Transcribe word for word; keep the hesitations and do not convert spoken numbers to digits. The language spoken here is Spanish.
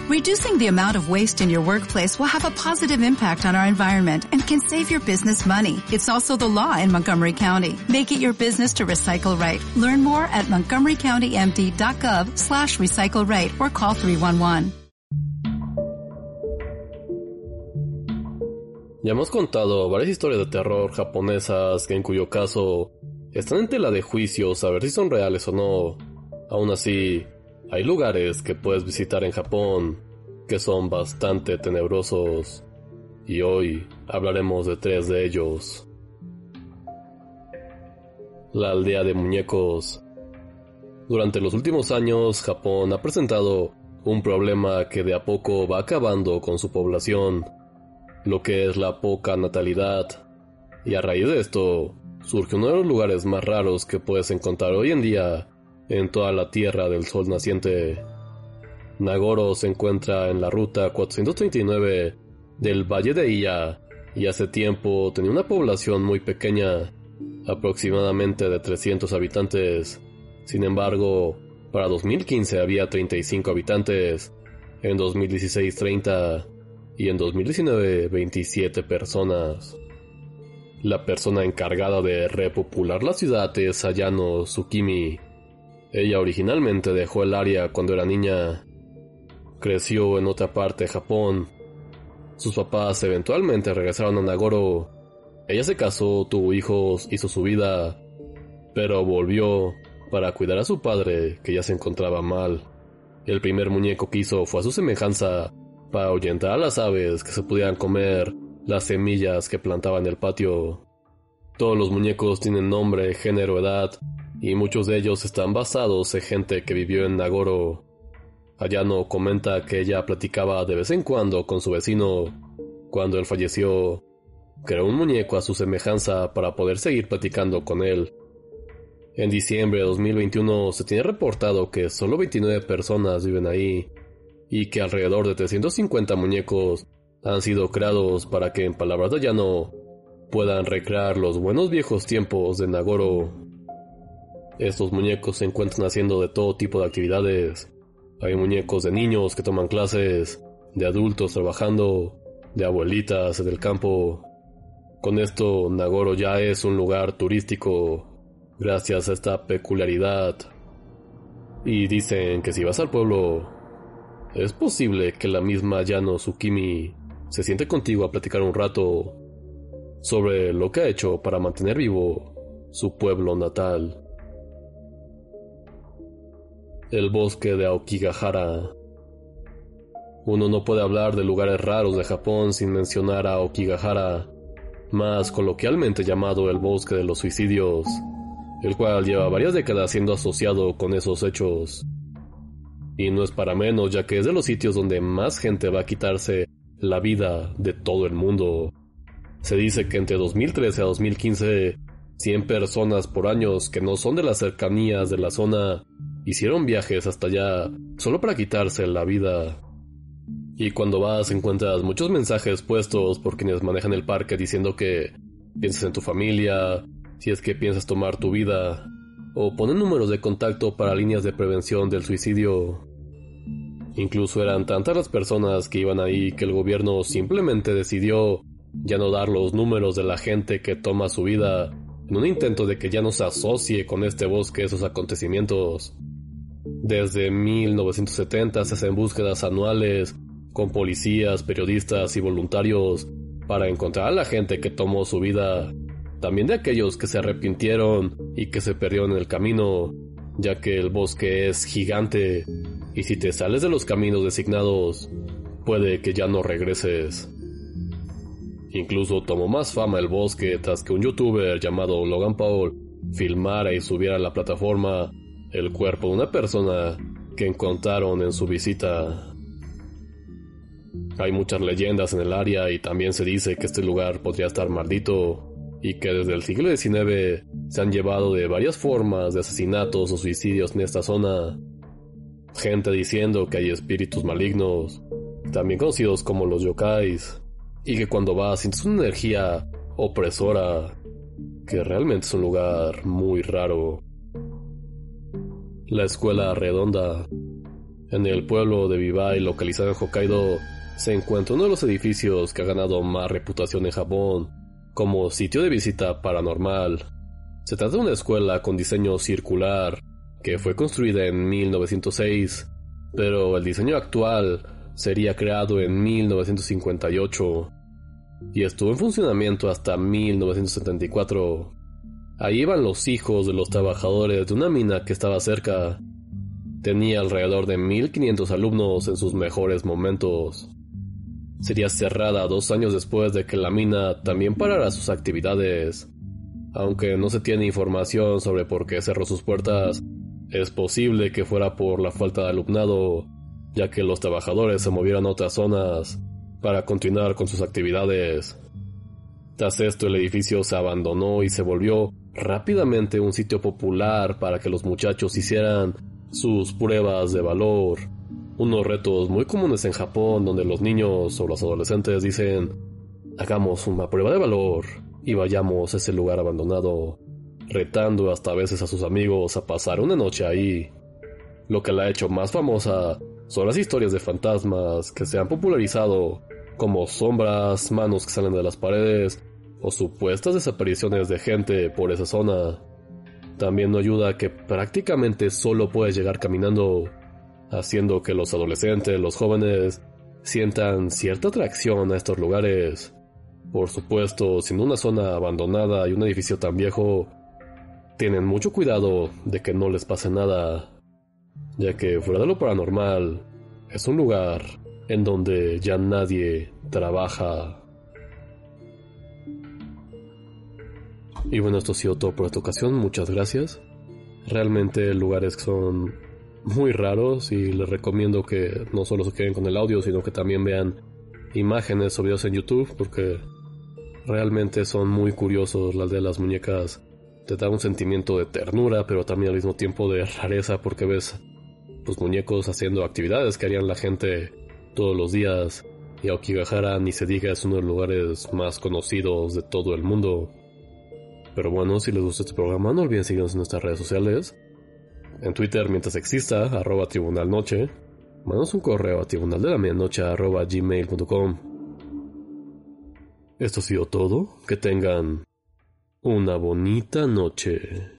Reducing the amount of waste in your workplace will have a positive impact on our environment and can save your business money. It's also the law in Montgomery County. Make it your business to recycle right. Learn more at montgomery county m d dot gov slash recycle right or call three one one. Ya hemos contado varias historias de terror japonesas que en cuyo caso están en tela de juicios a ver si son reales o no. Aún así, hay lugares que puedes visitar en Japón que son bastante tenebrosos, y hoy hablaremos de tres de ellos. La aldea de muñecos. Durante los últimos años, Japón ha presentado un problema que de a poco va acabando con su población, lo que es la poca natalidad, y a raíz de esto, surge uno de los lugares más raros que puedes encontrar hoy en día en toda la Tierra del Sol naciente. Nagoro se encuentra en la ruta cuatrocientos treinta y nueve del Valle de Iya, y hace tiempo tenía una población muy pequeña, aproximadamente de trescientos habitantes. Sin embargo, para dos mil quince había treinta y cinco habitantes, en dos mil dieciséis treinta, y en dos mil diecinueve veintisiete personas. La persona encargada de repopular la ciudad es Ayano Tsukimi. Ella originalmente dejó el área cuando era niña. Creció en otra parte de Japón. Sus papás eventualmente regresaron a Nagoro. Ella se casó, tuvo hijos, hizo su vida, pero volvió para cuidar a su padre, que ya se encontraba mal. El primer muñeco que hizo fue a su semejanza para ahuyentar a las aves que se pudieran comer las semillas que plantaba en el patio. Todos los muñecos tienen nombre, género, edad, y muchos de ellos están basados en gente que vivió en Nagoro. Ayano comenta que ella platicaba de vez en cuando con su vecino. Cuando él falleció, creó un muñeco a su semejanza para poder seguir platicando con él. En diciembre de dos mil veintiuno se tiene reportado que solo veintinueve personas viven ahí, y que alrededor de trescientos cincuenta muñecos han sido creados para que, en palabras de Ayano, puedan recrear los buenos viejos tiempos de Nagoro. Estos muñecos se encuentran haciendo de todo tipo de actividades. Hay muñecos de niños que toman clases, de adultos trabajando, de abuelitas en el campo. Con esto, Nagoro ya es un lugar turístico, gracias a esta peculiaridad. Y dicen que si vas al pueblo, es posible que la misma Ayano Tsukimi se siente contigo a platicar un rato sobre lo que ha hecho para mantener vivo su pueblo natal. El bosque de Aokigahara. Uno no puede hablar de lugares raros de Japón sin mencionar a Aokigahara, más coloquialmente llamado el bosque de los suicidios, el cual lleva varias décadas siendo asociado con esos hechos. Y no es para menos, ya que es de los sitios donde más gente va a quitarse la vida de todo el mundo. Se dice que entre dos mil trece a dos mil quince, cien personas por año que no son de las cercanías de la zona hicieron viajes hasta allá solo para quitarse la vida. Y cuando vas encuentras muchos mensajes puestos por quienes manejan el parque diciendo que pienses en tu familia, si es que piensas tomar tu vida, o ponen números de contacto para líneas de prevención del suicidio. Incluso eran tantas las personas que iban ahí que el gobierno simplemente decidió ya no dar los números de la gente que toma su vida, en un intento de que ya no se asocie con este bosque esos acontecimientos. Desde mil novecientos setenta se hacen búsquedas anuales con policías, periodistas y voluntarios para encontrar a la gente que tomó su vida, también de aquellos que se arrepintieron y que se perdieron en el camino, ya que el bosque es gigante y si te sales de los caminos designados, puede que ya no regreses. Incluso tomó más fama el bosque tras que un youtuber llamado Logan Paul filmara y subiera a la plataforma el cuerpo de una persona que encontraron en su visita. Hay muchas leyendas en el área y también se dice que este lugar podría estar maldito y que desde el siglo diecinueve se han llevado de varias formas de asesinatos o suicidios en esta zona. Gente diciendo que hay espíritus malignos, también conocidos como los yokais, y que cuando vas sientes una energía opresora, que realmente es un lugar muy raro. La Escuela Redonda. En el pueblo de Bibai, localizado en Hokkaido, se encuentra uno de los edificios que ha ganado más reputación en Japón como sitio de visita paranormal. Se trata de una escuela con diseño circular que fue construida en mil novecientos seis, pero el diseño actual sería creado en mil novecientos cincuenta y ocho y estuvo en funcionamiento hasta mil novecientos setenta y cuatro. Ahí iban los hijos de los trabajadores de una mina que estaba cerca. Tenía alrededor de mil quinientos alumnos en sus mejores momentos. Sería cerrada dos años después de que la mina también parara sus actividades. Aunque no se tiene información sobre por qué cerró sus puertas, es posible que fuera por la falta de alumnado, ya que los trabajadores se movieron a otras zonas para continuar con sus actividades. Tras esto, el edificio se abandonó y se volvió rápidamente un sitio popular para que los muchachos hicieran sus pruebas de valor, unos retos muy comunes en Japón donde los niños o los adolescentes dicen: hagamos una prueba de valor y vayamos a ese lugar abandonado, retando hasta a veces a sus amigos a pasar una noche ahí. Lo que la ha hecho más famosa son las historias de fantasmas que se han popularizado, como sombras, manos que salen de las paredes o supuestas desapariciones de gente por esa zona. También no ayuda que prácticamente solo puedes llegar caminando, haciendo que los adolescentes, los jóvenes, sientan cierta atracción a estos lugares. Por supuesto, siendo una zona abandonada y un edificio tan viejo, tienen mucho cuidado de que no les pase nada, ya que fuera de lo paranormal, es un lugar en donde ya nadie trabaja. Y bueno, esto ha sido todo por esta ocasión, muchas gracias. Realmente lugares que son muy raros y les recomiendo que no solo se queden con el audio, sino que también vean imágenes o videos en YouTube, porque realmente son muy curiosos. Las de las muñecas te da un sentimiento de ternura, pero también al mismo tiempo de rareza, porque ves los muñecos haciendo actividades que harían la gente todos los días. Y Aokigahara, ni se diga, es uno de los lugares más conocidos de todo el mundo. Pero bueno, si les gusta este programa, no olviden seguirnos en nuestras redes sociales. En Twitter, mientras exista, arroba tribunalnoche. Mándanos un correo a tribunaldelamedianoche arroba gmail punto com. Esto ha sido todo. Que tengan una bonita noche.